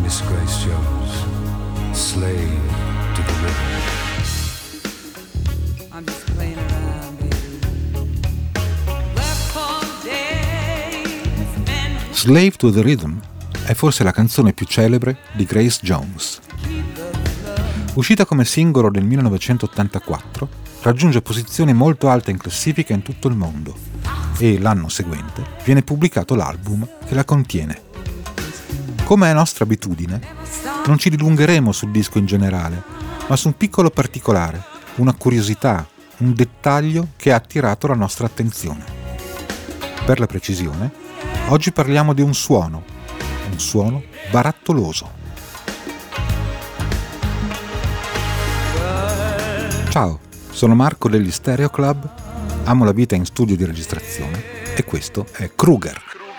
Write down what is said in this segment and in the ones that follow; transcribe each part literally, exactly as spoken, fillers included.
Miss Grace Jones, slave to the rhythm. I'm just playing around, baby. Slave to the Rhythm è forse la canzone più celebre di Grace Jones. Uscita come singolo nel millenovecentottantaquattro, raggiunge posizioni molto alte in classifica in tutto il mondo e l'anno seguente viene pubblicato l'album che la contiene. Come è nostra abitudine, non ci dilungheremo sul disco in generale, ma su un piccolo particolare, una curiosità, un dettaglio che ha attirato la nostra attenzione. Per la precisione, oggi parliamo di un suono, un suono barattoloso. Ciao, sono Marco degli Stereo Club, amo la vita in studio di registrazione e questo è Kruger.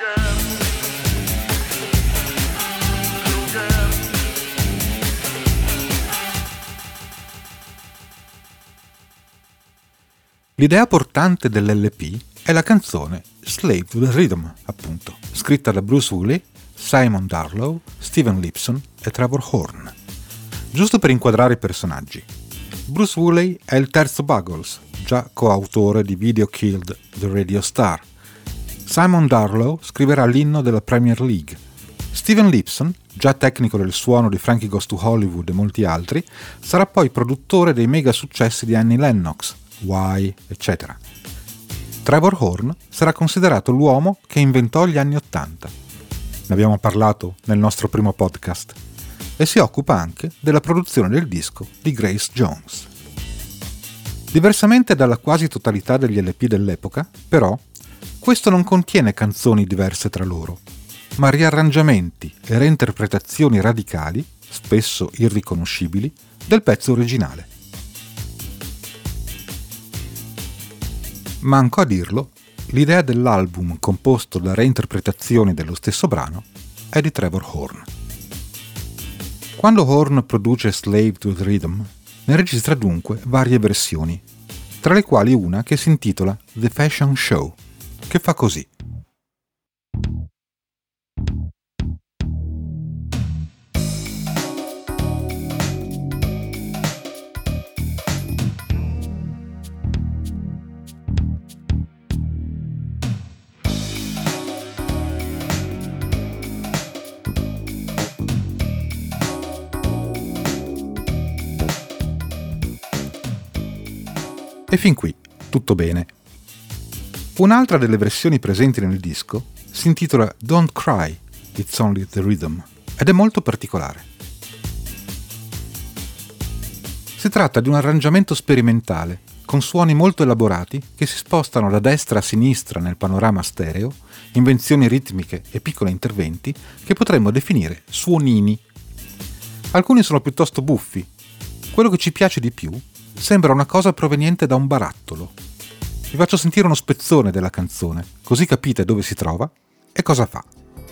L'idea portante dell'L P è la canzone Slave to the Rhythm, appunto, scritta da Bruce Woolley, Simon Darlow, Steven Lipson e Trevor Horn. Giusto per inquadrare i personaggi. Bruce Woolley è il terzo Buggles, già coautore di Video Killed the Radio Star. Simon Darlow scriverà l'inno della Premier League. Steven Lipson, già tecnico del suono di Frankie Goes to Hollywood e molti altri, sarà poi produttore dei mega successi di Annie Lennox, Why, eccetera. Trevor Horn sarà considerato l'uomo che inventò gli anni Ottanta. Ne abbiamo parlato nel nostro primo podcast. E si occupa anche della produzione del disco di Grace Jones. Diversamente dalla quasi totalità degli L P dell'epoca, però, questo non contiene canzoni diverse tra loro, ma riarrangiamenti e reinterpretazioni radicali, spesso irriconoscibili, del pezzo originale. Manco a dirlo, l'idea dell'album composto da reinterpretazioni dello stesso brano è di Trevor Horn. Quando Horn produce Slave to the Rhythm, ne registra dunque varie versioni, tra le quali una che si intitola The Fashion Show, che fa così. E fin qui, tutto bene. Un'altra delle versioni presenti nel disco si intitola Don't Cry, It's Only the Rhythm ed è molto particolare. Si tratta di un arrangiamento sperimentale con suoni molto elaborati che si spostano da destra a sinistra nel panorama stereo, invenzioni ritmiche e piccoli interventi che potremmo definire suonini. Alcuni sono piuttosto buffi. Quello che ci piace di più sembra una cosa proveniente da un barattolo. Vi faccio sentire uno spezzone della canzone, così capite dove si trova e cosa fa.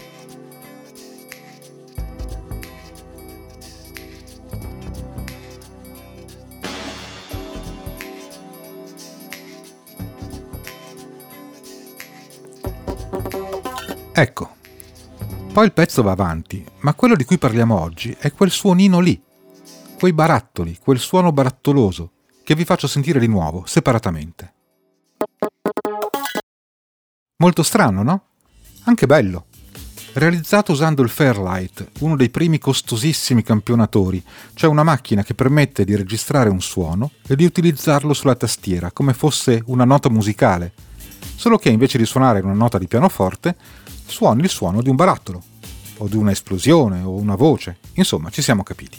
Ecco, poi il pezzo va avanti, ma quello di cui parliamo oggi è quel suonino lì, quei barattoli, quel suono barattoloso, che vi faccio sentire di nuovo, separatamente. Molto strano, no? Anche bello. Realizzato usando il Fairlight, uno dei primi costosissimi campionatori, cioè una macchina che permette di registrare un suono e di utilizzarlo sulla tastiera, come fosse una nota musicale, solo che invece di suonare una nota di pianoforte, suoni il suono di un barattolo, o di un'esplosione, o una voce, insomma, ci siamo capiti.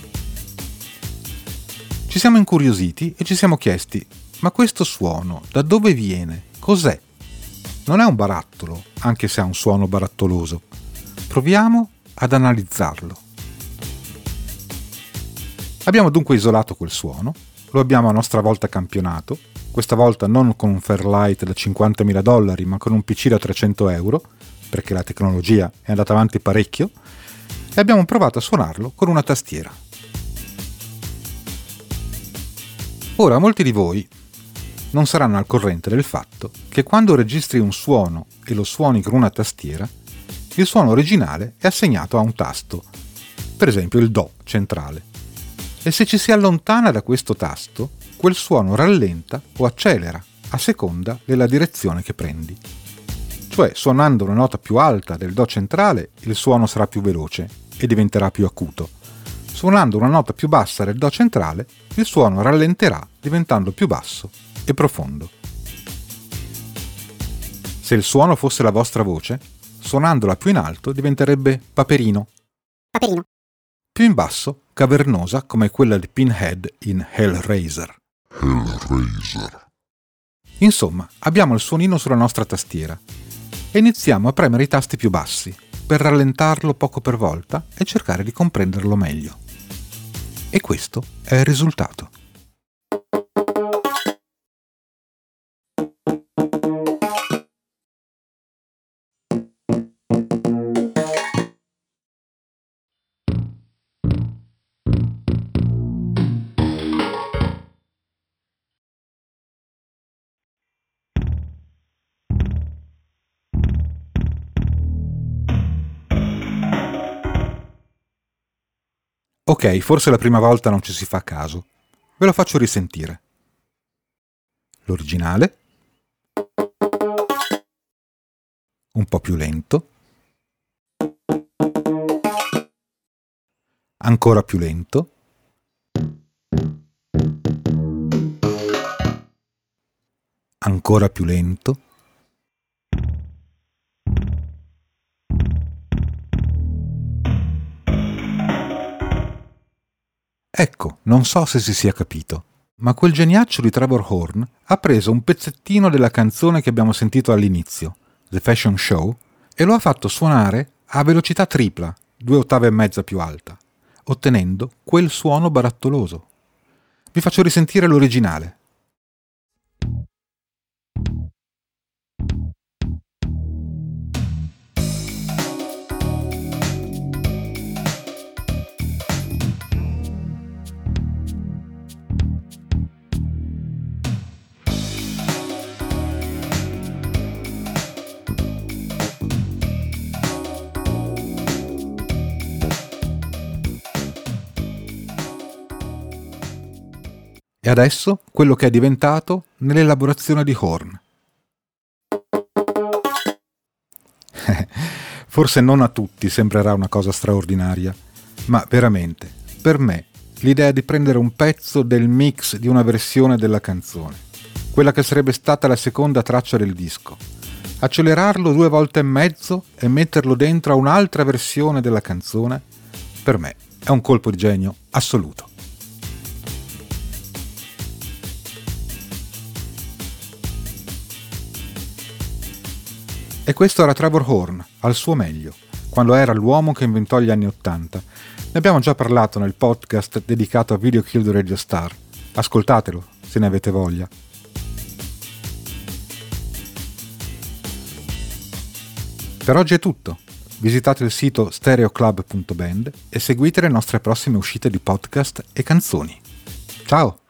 Ci siamo incuriositi e ci siamo chiesti, ma questo suono da dove viene? Cos'è? Non è un barattolo, anche se ha un suono barattoloso. Proviamo ad analizzarlo. Abbiamo dunque isolato quel suono, lo abbiamo a nostra volta campionato, questa volta non con un Fairlight da cinquantamila dollari, ma con un P C da trecento euro, perché la tecnologia è andata avanti parecchio, e abbiamo provato a suonarlo con una tastiera. Ora, molti di voi non saranno al corrente del fatto che quando registri un suono e lo suoni con una tastiera, il suono originale è assegnato a un tasto, per esempio il Do centrale. E se ci si allontana da questo tasto, quel suono rallenta o accelera a seconda della direzione che prendi. Cioè, suonando una nota più alta del Do centrale, il suono sarà più veloce e diventerà più acuto. Suonando una nota più bassa del Do centrale, il suono rallenterà diventando più basso e profondo. Se il suono fosse la vostra voce, suonandola più in alto diventerebbe paperino. Paperino. Più in basso, cavernosa come quella di Pinhead in Hellraiser. Hellraiser. Insomma, abbiamo il suonino sulla nostra tastiera e iniziamo a premere i tasti più bassi per rallentarlo poco per volta e cercare di comprenderlo meglio. E questo è il risultato. Ok, forse la prima volta non ci si fa caso. Ve lo faccio risentire. L'originale. Un po' più lento. Ancora più lento. Ancora più lento. Ecco, non so se si sia capito, ma quel geniaccio di Trevor Horn ha preso un pezzettino della canzone che abbiamo sentito all'inizio, The Fashion Show, e lo ha fatto suonare a velocità tripla, due ottave e mezza più alta, ottenendo quel suono barattoloso. Vi faccio risentire l'originale. E adesso quello che è diventato nell'elaborazione di Horn. Forse non a tutti sembrerà una cosa straordinaria, ma veramente, per me, l'idea di prendere un pezzo del mix di una versione della canzone, quella che sarebbe stata la seconda traccia del disco, accelerarlo due volte e mezzo e metterlo dentro a un'altra versione della canzone, per me è un colpo di genio assoluto. E questo era Trevor Horn, al suo meglio, quando era l'uomo che inventò gli anni Ottanta. Ne abbiamo già parlato nel podcast dedicato a Video Killed the Radio Star. Ascoltatelo, se ne avete voglia. Per oggi è tutto. Visitate il sito stereoclub punto band e seguite le nostre prossime uscite di podcast e canzoni. Ciao!